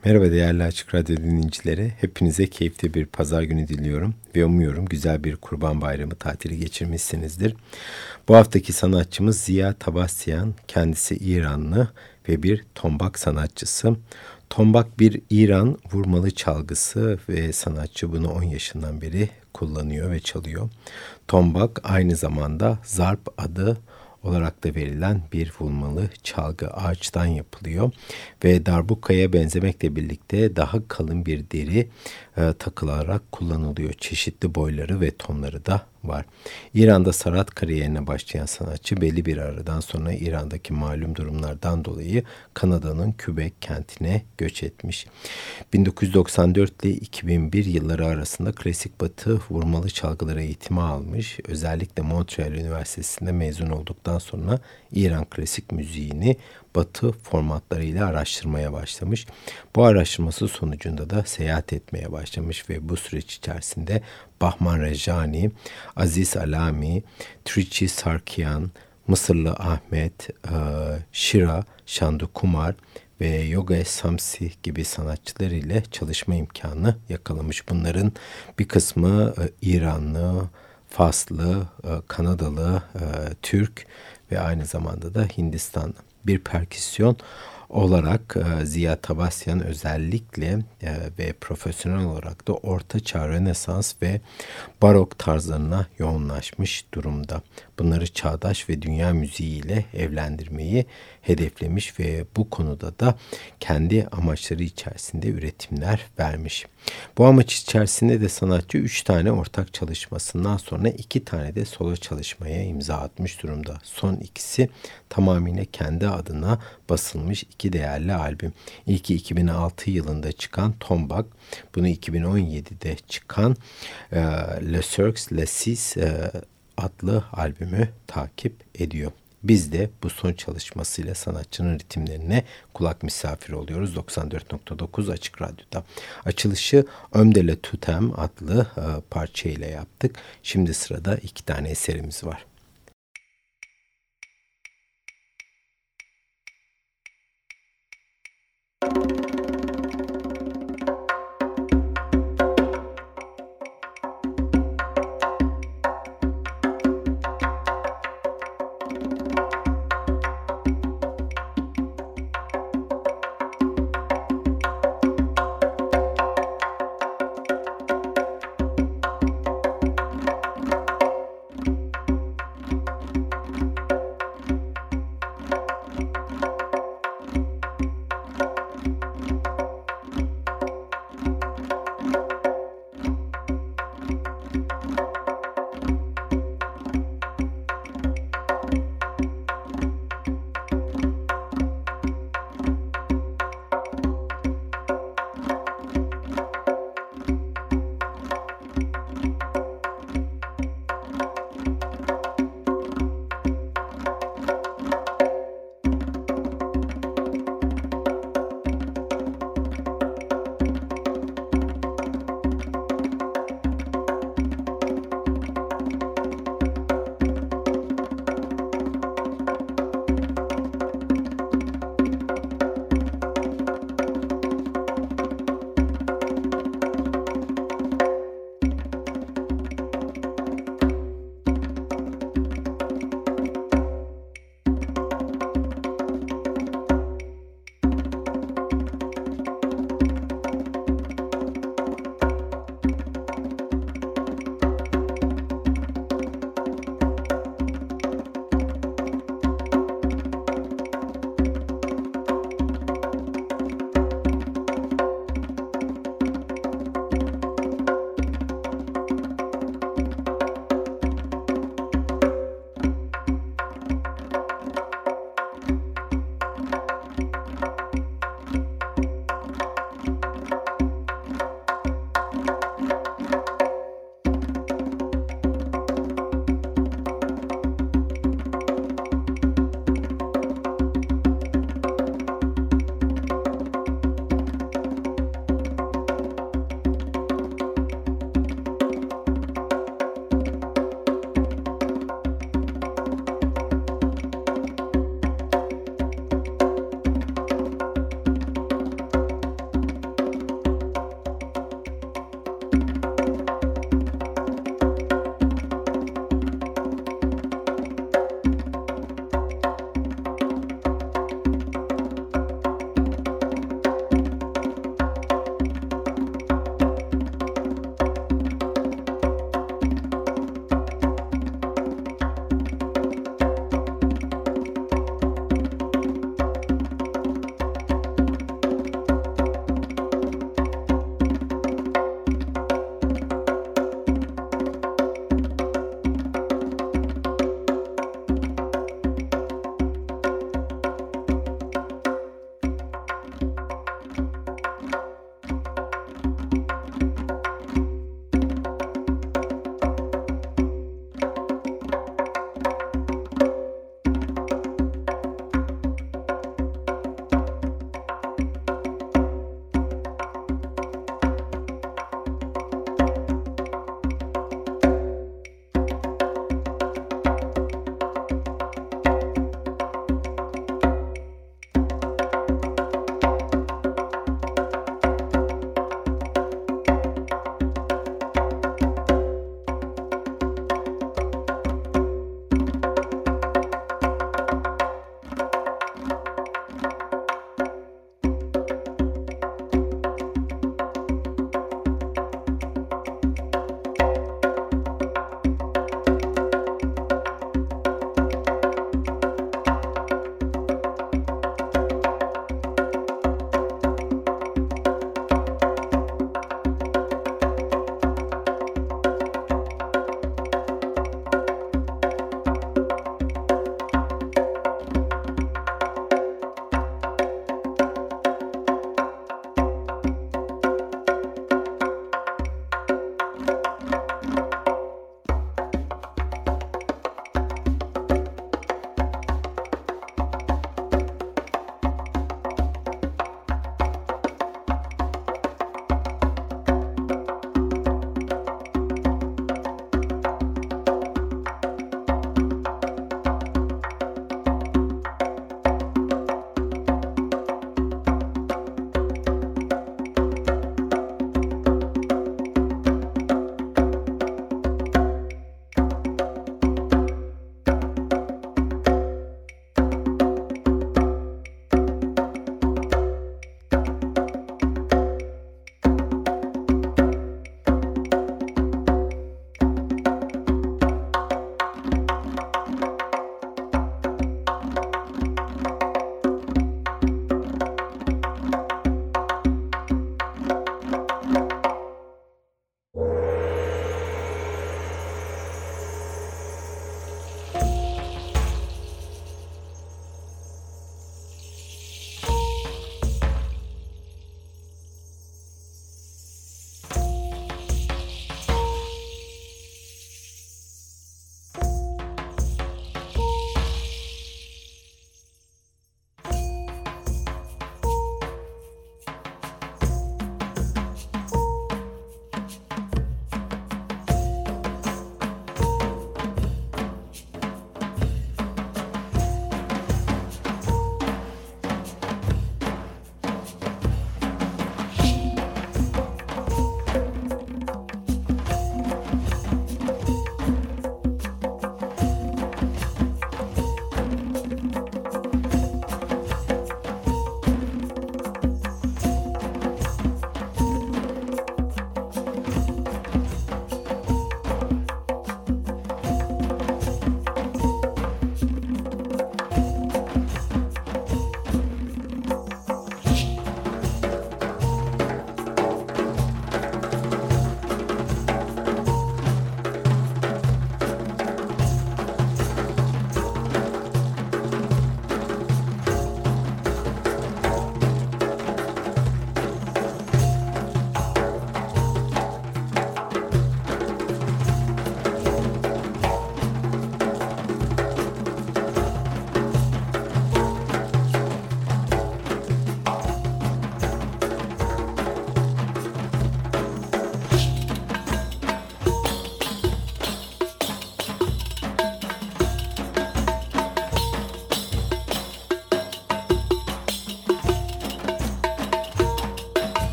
Merhaba değerli Açık Radyo dinleyicileri. Hepinize keyifli bir pazar günü diliyorum ve umuyorum güzel bir Kurban Bayramı tatili geçirmişsinizdir. Bu haftaki sanatçımız Ziya Tabasyan. Kendisi İranlı ve bir tombak sanatçısı. Tombak bir İran vurmalı çalgısı ve sanatçı bunu 10 yaşından beri kullanıyor ve çalıyor. Tombak aynı zamanda zarp adı olarak da verilen bir vurmalı çalgı, ağaçtan yapılıyor ve darbukaya benzemekle birlikte daha kalın bir deri takılarak kullanılıyor. Çeşitli boyları ve tonları da var. İran'da sanat kariyerine başlayan sanatçı belli bir aradan sonra İran'daki malum durumlardan dolayı Kanada'nın Quebec kentine göç etmiş. 1994 ile 2001 yılları arasında klasik batı vurmalı çalgıları eğitimi almış. Özellikle Montreal Üniversitesi'nde mezun olduktan sonra İran klasik müziğini batı formatlarıyla araştırmaya başlamış. Bu araştırması sonucunda da seyahat etmeye başlamış ve bu süreç içerisinde Bahman Rejani, Aziz Alami, Trici Sarkian, Mısırlı Ahmet, Shira Shandukumar ve Yogesh Samsi gibi sanatçılar ile çalışma imkanı yakalamış. Bunların bir kısmı İranlı, Faslı, Kanadalı, Türk ve aynı zamanda da Hindistanlı. Bir perküsyon olarak Ziya Tabasyan özellikle ve profesyonel olarak da Orta Çağ, Rönesans ve Barok tarzlarına yoğunlaşmış durumda. Bunları çağdaş ve dünya müziği ile evlendirmeyi hedeflemiş ve bu konuda da kendi amaçları içerisinde üretimler vermiş. Bu amaç içerisinde de sanatçı 3 tane ortak çalışmasından sonra 2 tane de solo çalışmaya imza atmış durumda. Son ikisi tamamıyla kendi adına basılmış 2 değerli albüm. İlki 2006 yılında çıkan Tombak, bunu 2017'de çıkan Le Cirque, Le Six adlı albümü takip ediyor. Biz de bu son çalışmasıyla sanatçının ritimlerine kulak misafiri oluyoruz 94.9 Açık Radyo'da. Açılışı Homme de la Totem adlı parçayla yaptık. Şimdi sırada 2 tane eserimiz var.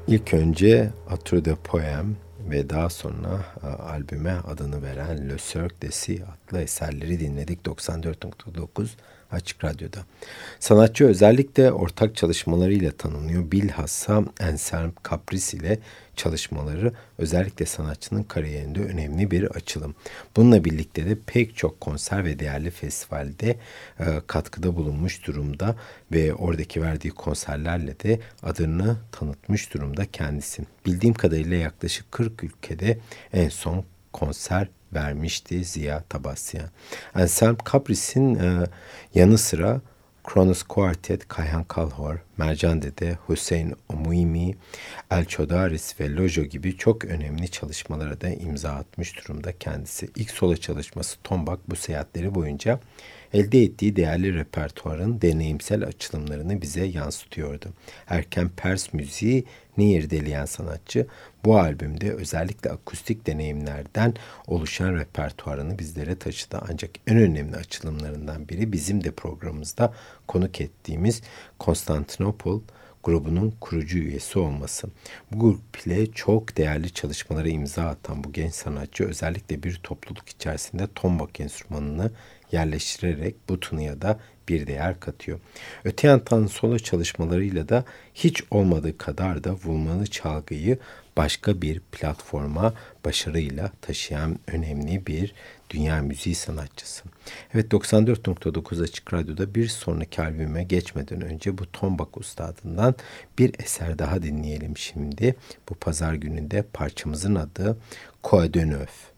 İlk önce Atro de Poem ve daha sonra albüme adını veren Le Cirque des Sis adlı eserleri dinledik 94.9 Açık Radyo'da. Sanatçı özellikle ortak çalışmalarıyla tanınıyor. Bilhassa Anselm Caprice ile çalışmaları özellikle sanatçının kariyerinde önemli bir açılım. Bununla birlikte de pek çok konser ve değerli festivalde katkıda bulunmuş durumda ve oradaki verdiği konserlerle de adını tanıtmış durumda kendisi. Bildiğim kadarıyla yaklaşık 40 ülkede en son konser vermişti Ziya Tabasyan. Anselm Caprice'in yanı sıra Kronos Quartet, Kayhan Kalhor, Mercan Dede, Hüseyin Omuimi, El Çodaris ve Lojo gibi çok önemli çalışmalara da imza atmış durumda kendisi. İlk solo çalışması Tombak bu seyahatleri boyunca elde ettiği değerli repertuarın deneyimsel açılımlarını bize yansıtıyordu. Erken Pers müziği irdeleyen sanatçı bu albümde özellikle akustik deneyimlerden oluşan repertuarını bizlere taşıdı. Ancak en önemli açılımlarından biri bizim de programımızda konuk ettiğimiz Konstantinopol grubunun kurucu üyesi olması. Bu grup ile çok değerli çalışmalara imza atan bu genç sanatçı özellikle bir topluluk içerisinde tombak enstrümanını yerleştirerek bu tınıya da bir değer katıyor. Öte yandan solo çalışmalarıyla da hiç olmadığı kadar da vurmalı çalgıyı başka bir platforma başarıyla taşıyan önemli bir dünya müziği sanatçısı. Evet, 94.9 Açık Radyo'da bir sonraki albüme geçmeden önce bu tombak ustadından bir eser daha dinleyelim şimdi. Bu pazar gününde parçamızın adı Coa de Neuf.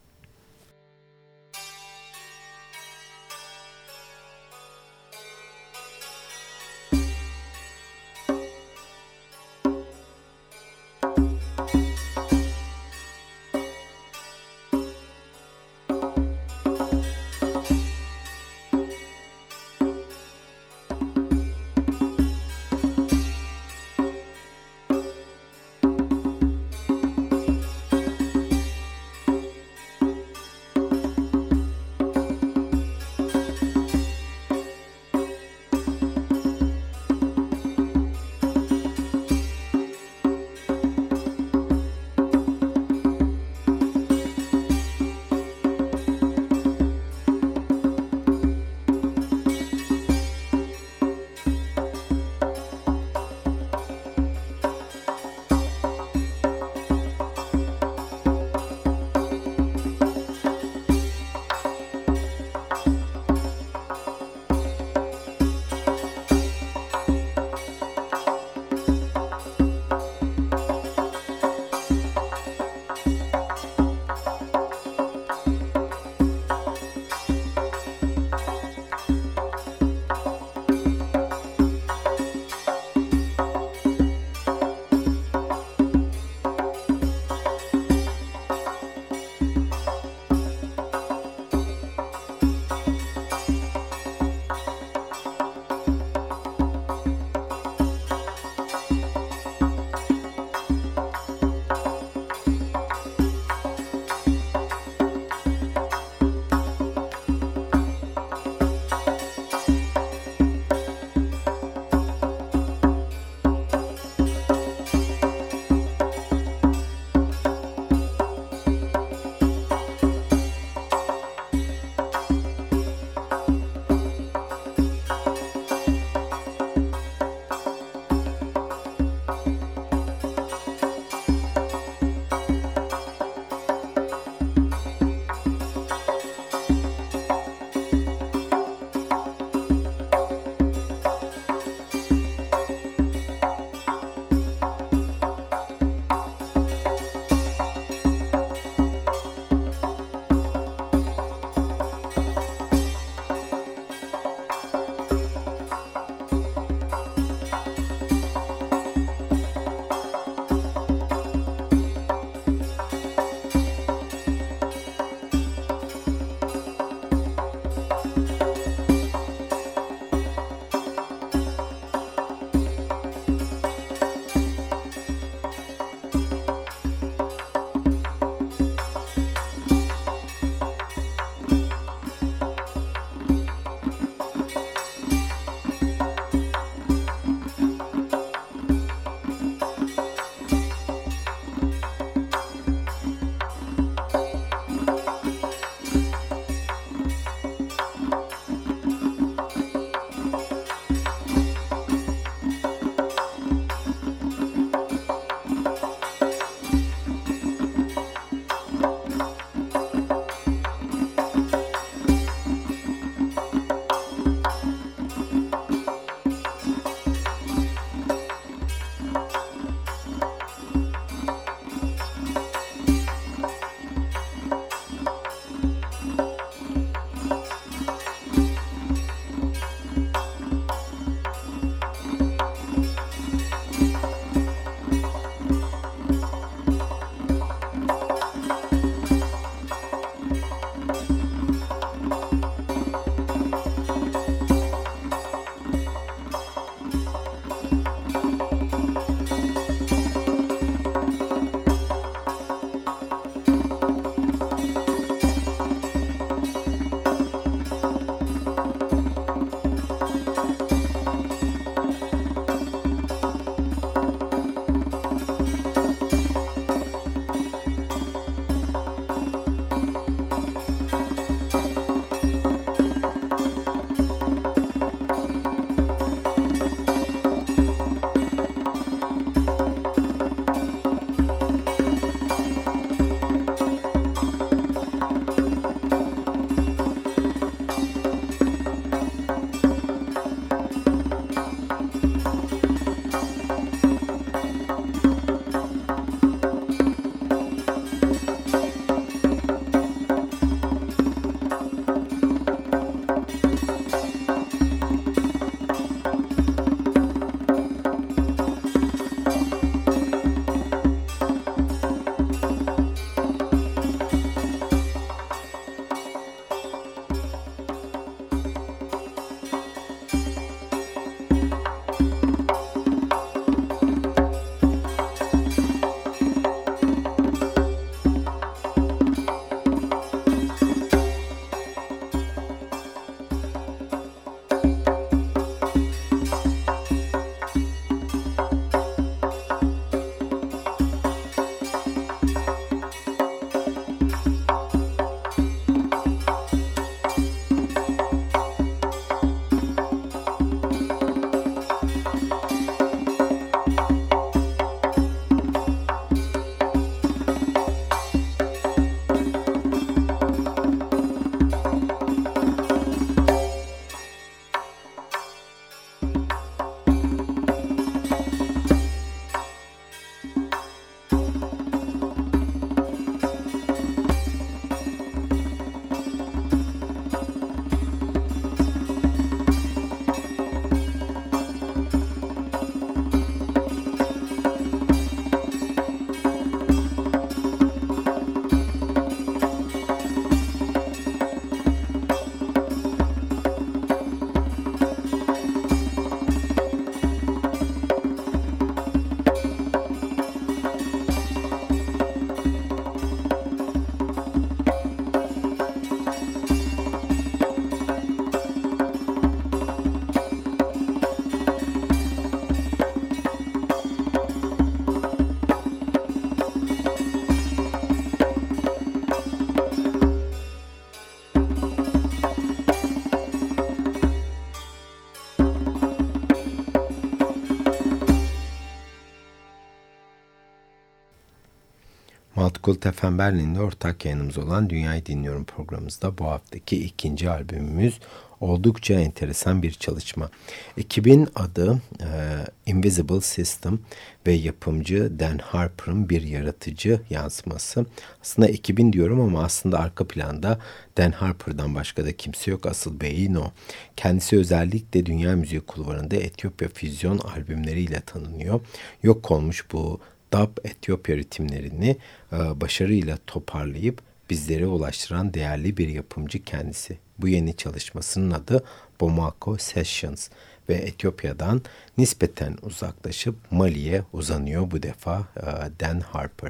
Multicult FM Berlin'de ortak yayınımız olan Dünyayı Dinliyorum programımızda bu haftaki ikinci albümümüz oldukça enteresan bir çalışma. Ekibin adı Invisible System ve yapımcı Dan Harper'ın bir yaratıcı yansıması. Aslında ekibin diyorum ama aslında arka planda Dan Harper'dan başka da kimse yok. Asıl beyin o. Kendisi özellikle dünya müziği kulvarında Etiyopya füzyon albümleriyle tanınıyor. Yok olmuş bu dub Etiyopya ritimlerini başarıyla toparlayıp bizlere ulaştıran değerli bir yapımcı kendisi. Bu yeni çalışmasının adı Bomako Sessions ve Etiyopya'dan nispeten uzaklaşıp Mali'ye uzanıyor bu defa Dan Harper.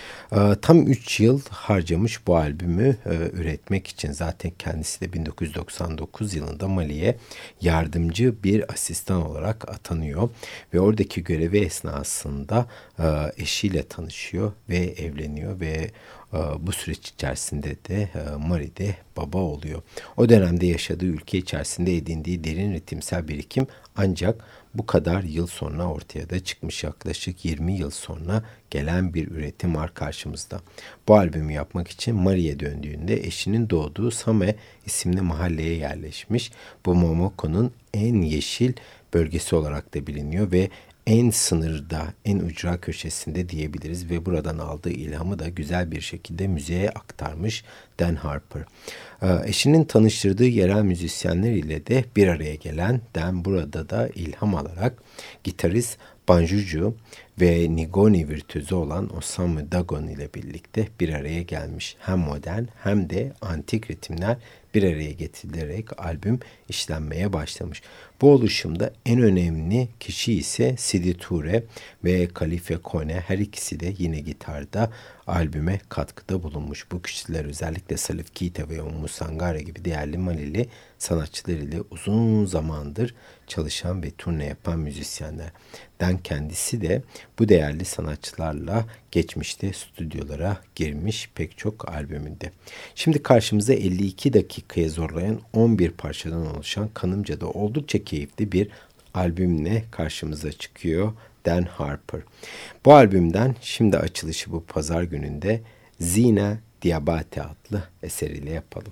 Tam 3 yıl harcamış bu albümü üretmek için. Zaten kendisi de 1999 yılında Mali'ye yardımcı bir asistan olarak atanıyor ve oradaki görevi esnasında eşiyle tanışıyor ve evleniyor ve bu süreç içerisinde de Mali'de baba oluyor. O dönemde yaşadığı ülke içerisinde edindiği derin ritimsel birikim ancak bu kadar yıl sonra ortaya da çıkmış, yaklaşık 20 yıl sonra gelen bir üretim var karşımızda. Bu albümü yapmak için Mali'ye döndüğünde eşinin doğduğu Same isimli mahalleye yerleşmiş. Bu Momoko'nun en yeşil bölgesi olarak da biliniyor ve en sınırda, en ücra köşesinde diyebiliriz ve buradan aldığı ilhamı da güzel bir şekilde müziğe aktarmış Dan Harper. Eşinin tanıştırdığı yerel müzisyenler ile de bir araya gelen Dan burada da ilham alarak gitarist banjucu ve nigoni virtüözü olan Osamu Dagon ile birlikte bir araya gelmiş. Hem modern hem de antik ritimler bir araya getirilerek albüm işlenmeye başlamış. Bu oluşumda en önemli kişi ise Sidi Ture ve Khalife Kone, her ikisi de yine gitarda albüme katkıda bulunmuş. Bu kişiler özellikle Salif Keita ve Oumou Sangare gibi değerli Malili sanatçılar ile uzun zamandır çalışan ve turne yapan müzisyenler. Dan kendisi de bu değerli sanatçılarla geçmişte stüdyolara girmiş pek çok albümünde. Şimdi karşımıza 52 dakikaya zorlayan 11 parçadan oluşan kanımca da oldukça keyifli bir albümle karşımıza çıkıyor Dan Harper. Bu albümden şimdi açılışı bu pazar gününde Zina Diabate adlı eseriyle yapalım.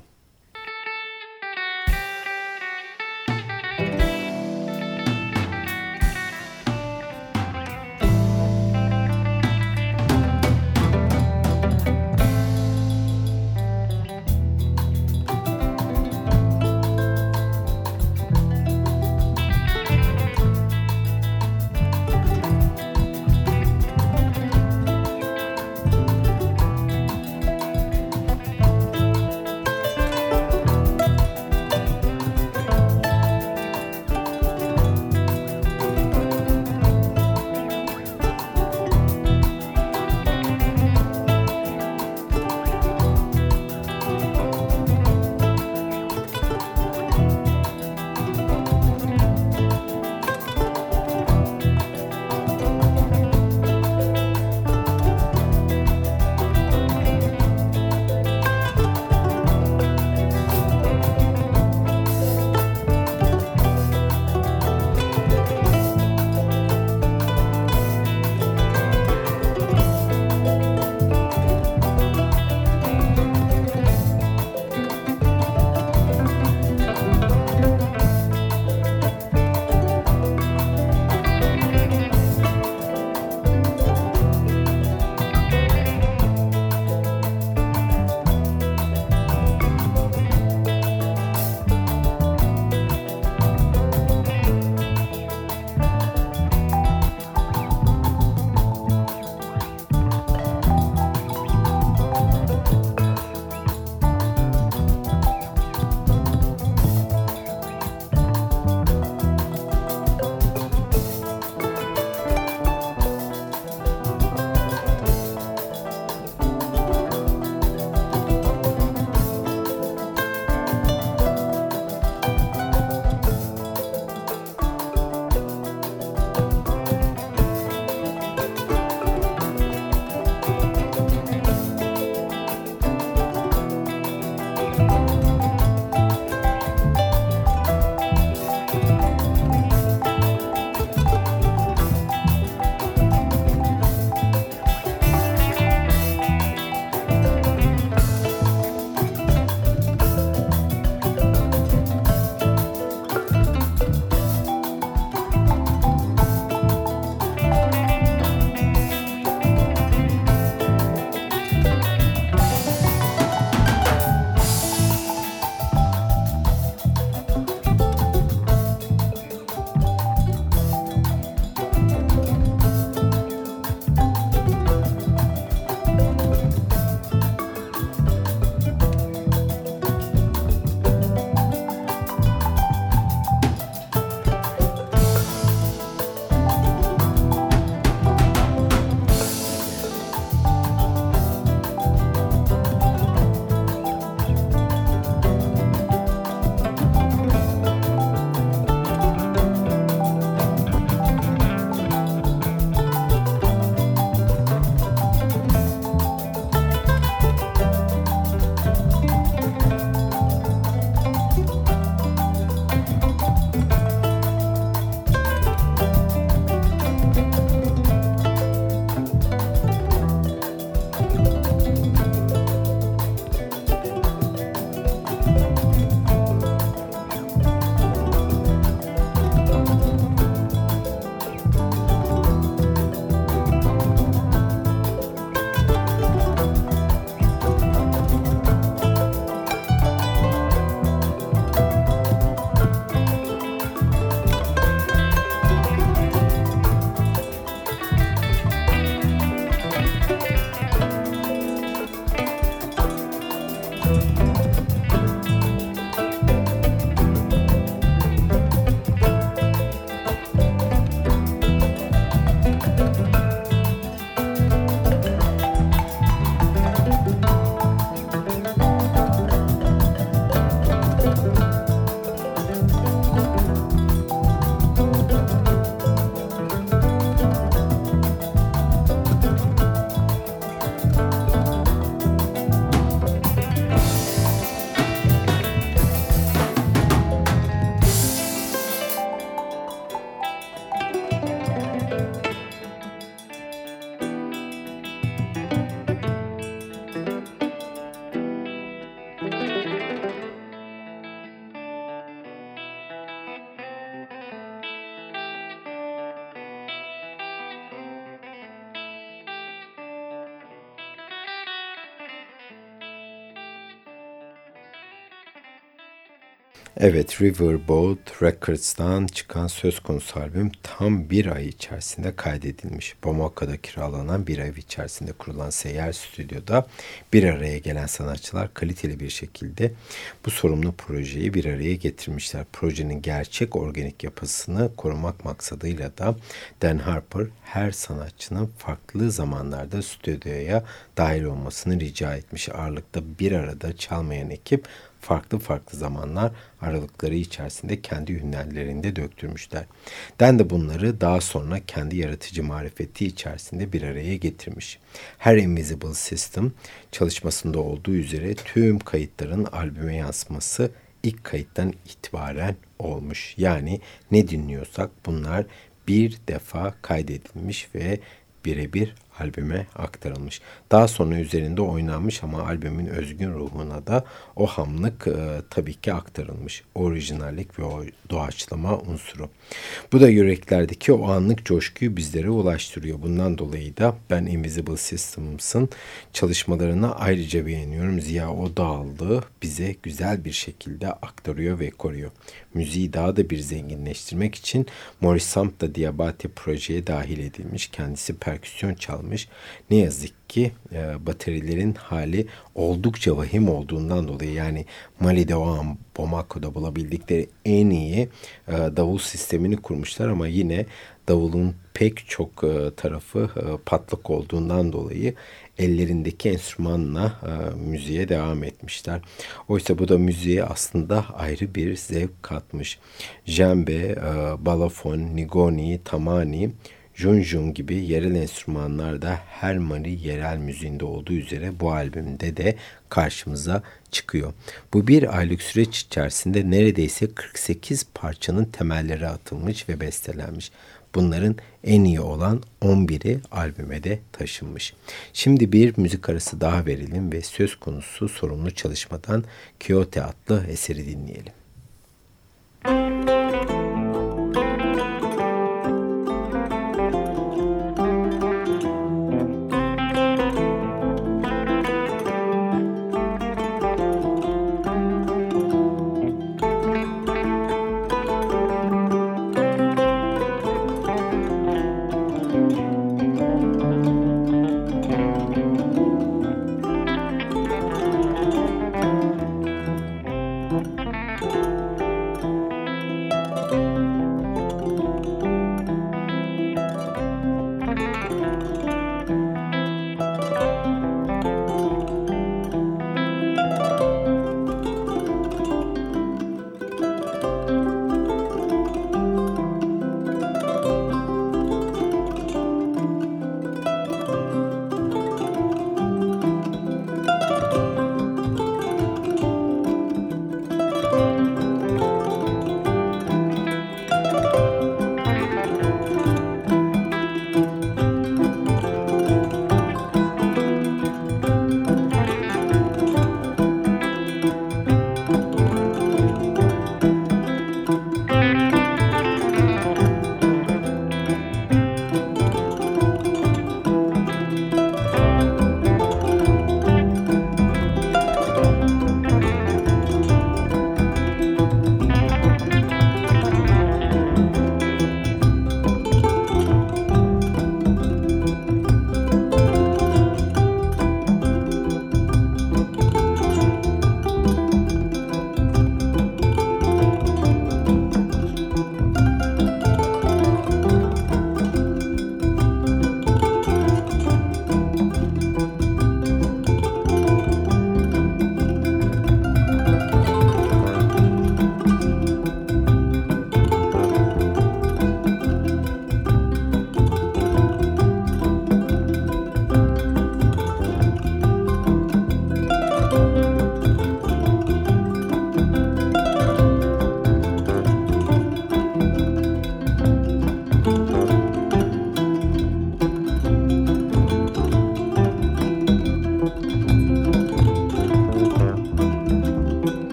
Evet, Riverboat Records'tan çıkan söz konusu albüm tam bir ay içerisinde kaydedilmiş. Bamako'da kiralanan bir ay içerisinde kurulan seyyar stüdyoda bir araya gelen sanatçılar kaliteli bir şekilde bu sorumlu projeyi bir araya getirmişler. Projenin gerçek organik yapısını korumak maksadıyla da Dan Harper her sanatçının farklı zamanlarda stüdyoya dahil olmasını rica etmiş. Ağırlıkta bir arada çalmayan ekip farklı zamanlar aralıkları içerisinde kendi hünerlerinde döktürmüşler. Dan de bunları daha sonra kendi yaratıcı marifeti içerisinde bir araya getirmiş. Her Invisible System çalışmasında olduğu üzere tüm kayıtların albüme yansıması ilk kayıttan itibaren olmuş. Yani ne dinliyorsak bunlar bir defa kaydedilmiş ve birebir albüme aktarılmış. Daha sonra üzerinde oynanmış ama albümün özgün ruhuna da o hamlık tabii ki aktarılmış. Orijinallik ve o doğaçlama unsuru. Bu da yüreklerdeki o anlık coşkuyu bizlere ulaştırıyor. Bundan dolayı da ben Invisible Systems'ın çalışmalarını ayrıca beğeniyorum. Ziya Odağal'ı bize güzel bir şekilde aktarıyor ve koruyor. Müziği daha da bir zenginleştirmek için Maurice Samp da Diabate projeye dahil edilmiş. Kendisi perküsyon çalmış. Ne yazık ki baterilerin hali oldukça vahim olduğundan dolayı, yani Mali'de o an Bamako'da bulabildikleri en iyi davul sistemini kurmuşlar ama yine davulun pek çok tarafı patlak olduğundan dolayı ellerindeki enstrümanla müziğe devam etmişler. Oysa bu da müziğe aslında ayrı bir zevk katmış. Djembe, balafon, nigoni, tamani, junjun gibi yerel enstrümanlar da her Mali yerel müziğinde olduğu üzere bu albümde de karşımıza çıkıyor. Bu bir aylık süreç içerisinde neredeyse 48 parçanın temelleri atılmış ve bestelenmiş. Bunların en iyi olan 11'i albüme de taşınmış. Şimdi bir müzik arası daha verelim ve söz konusu sorumlu çalışmadan Kyoto adlı eseri dinleyelim.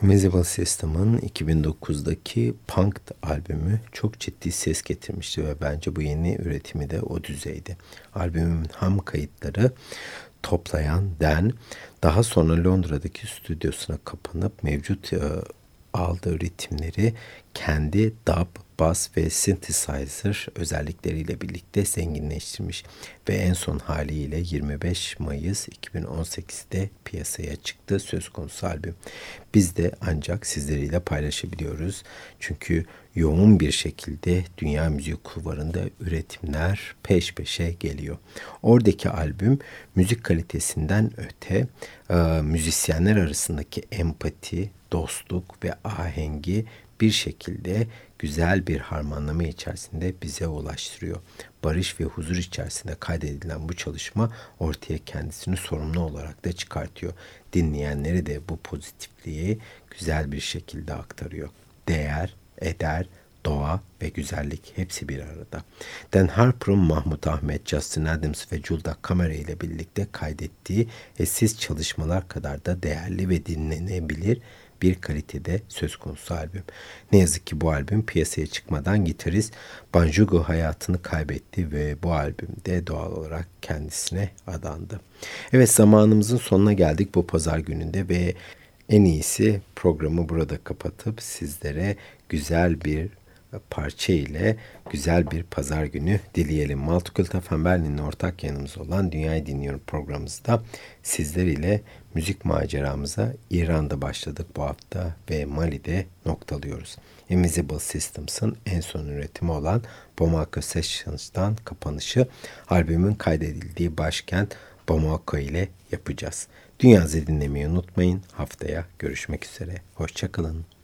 Invisible System'ın 2009'daki Punk'd albümü çok ciddi ses getirmişti ve bence bu yeni üretimi de o düzeydi. Albümün ham kayıtları toplayan Dan, daha sonra Londra'daki stüdyosuna kapanıp mevcut aldığı ritimleri kendi dub, bass ve synthesizer özellikleriyle birlikte zenginleştirmiş ve en son haliyle 25 Mayıs 2018'de piyasaya çıktı söz konusu albüm. Biz de ancak sizleriyle paylaşabiliyoruz. Çünkü yoğun bir şekilde dünya müzik kulvarında üretimler peş peşe geliyor. Oradaki albüm müzik kalitesinden öte müzisyenler arasındaki empati, dostluk ve ahengi bir şekilde güzel bir harmanlama içerisinde bize ulaştırıyor. Barış ve huzur içerisinde kaydedilen bu çalışma ortaya kendisini sorumlu olarak da çıkartıyor. Dinleyenleri de bu pozitifliği güzel bir şekilde aktarıyor. Değer, eder, doğa ve güzellik hepsi bir arada. Dan Harper'ın Mahmut Ahmet, Justin Adams ve Julda Kamera ile birlikte kaydettiği eşsiz çalışmalar kadar da değerli ve dinlenebilir bir kalitede söz konusu albüm. Ne yazık ki bu albüm piyasaya çıkmadan gitarist Banjugo hayatını kaybetti ve bu albümde doğal olarak kendisine adandı. Evet, zamanımızın sonuna geldik bu pazar gününde ve en iyisi programı burada kapatıp sizlere güzel bir parça ile güzel bir pazar günü dileyelim. Multicult FM Berlin'in ortak yanımız olan Dünyayı Dinliyorum programımızda sizler ile müzik maceramıza İran'da başladık bu hafta ve Mali'de noktalıyoruz. Invisible Systems'ın en son üretimi olan Bamako Sessions'tan kapanışı albümün kaydedildiği başkent Bamako ile yapacağız. Dünyayı dinlemeyi unutmayın. Haftaya görüşmek üzere. Hoşça kalın.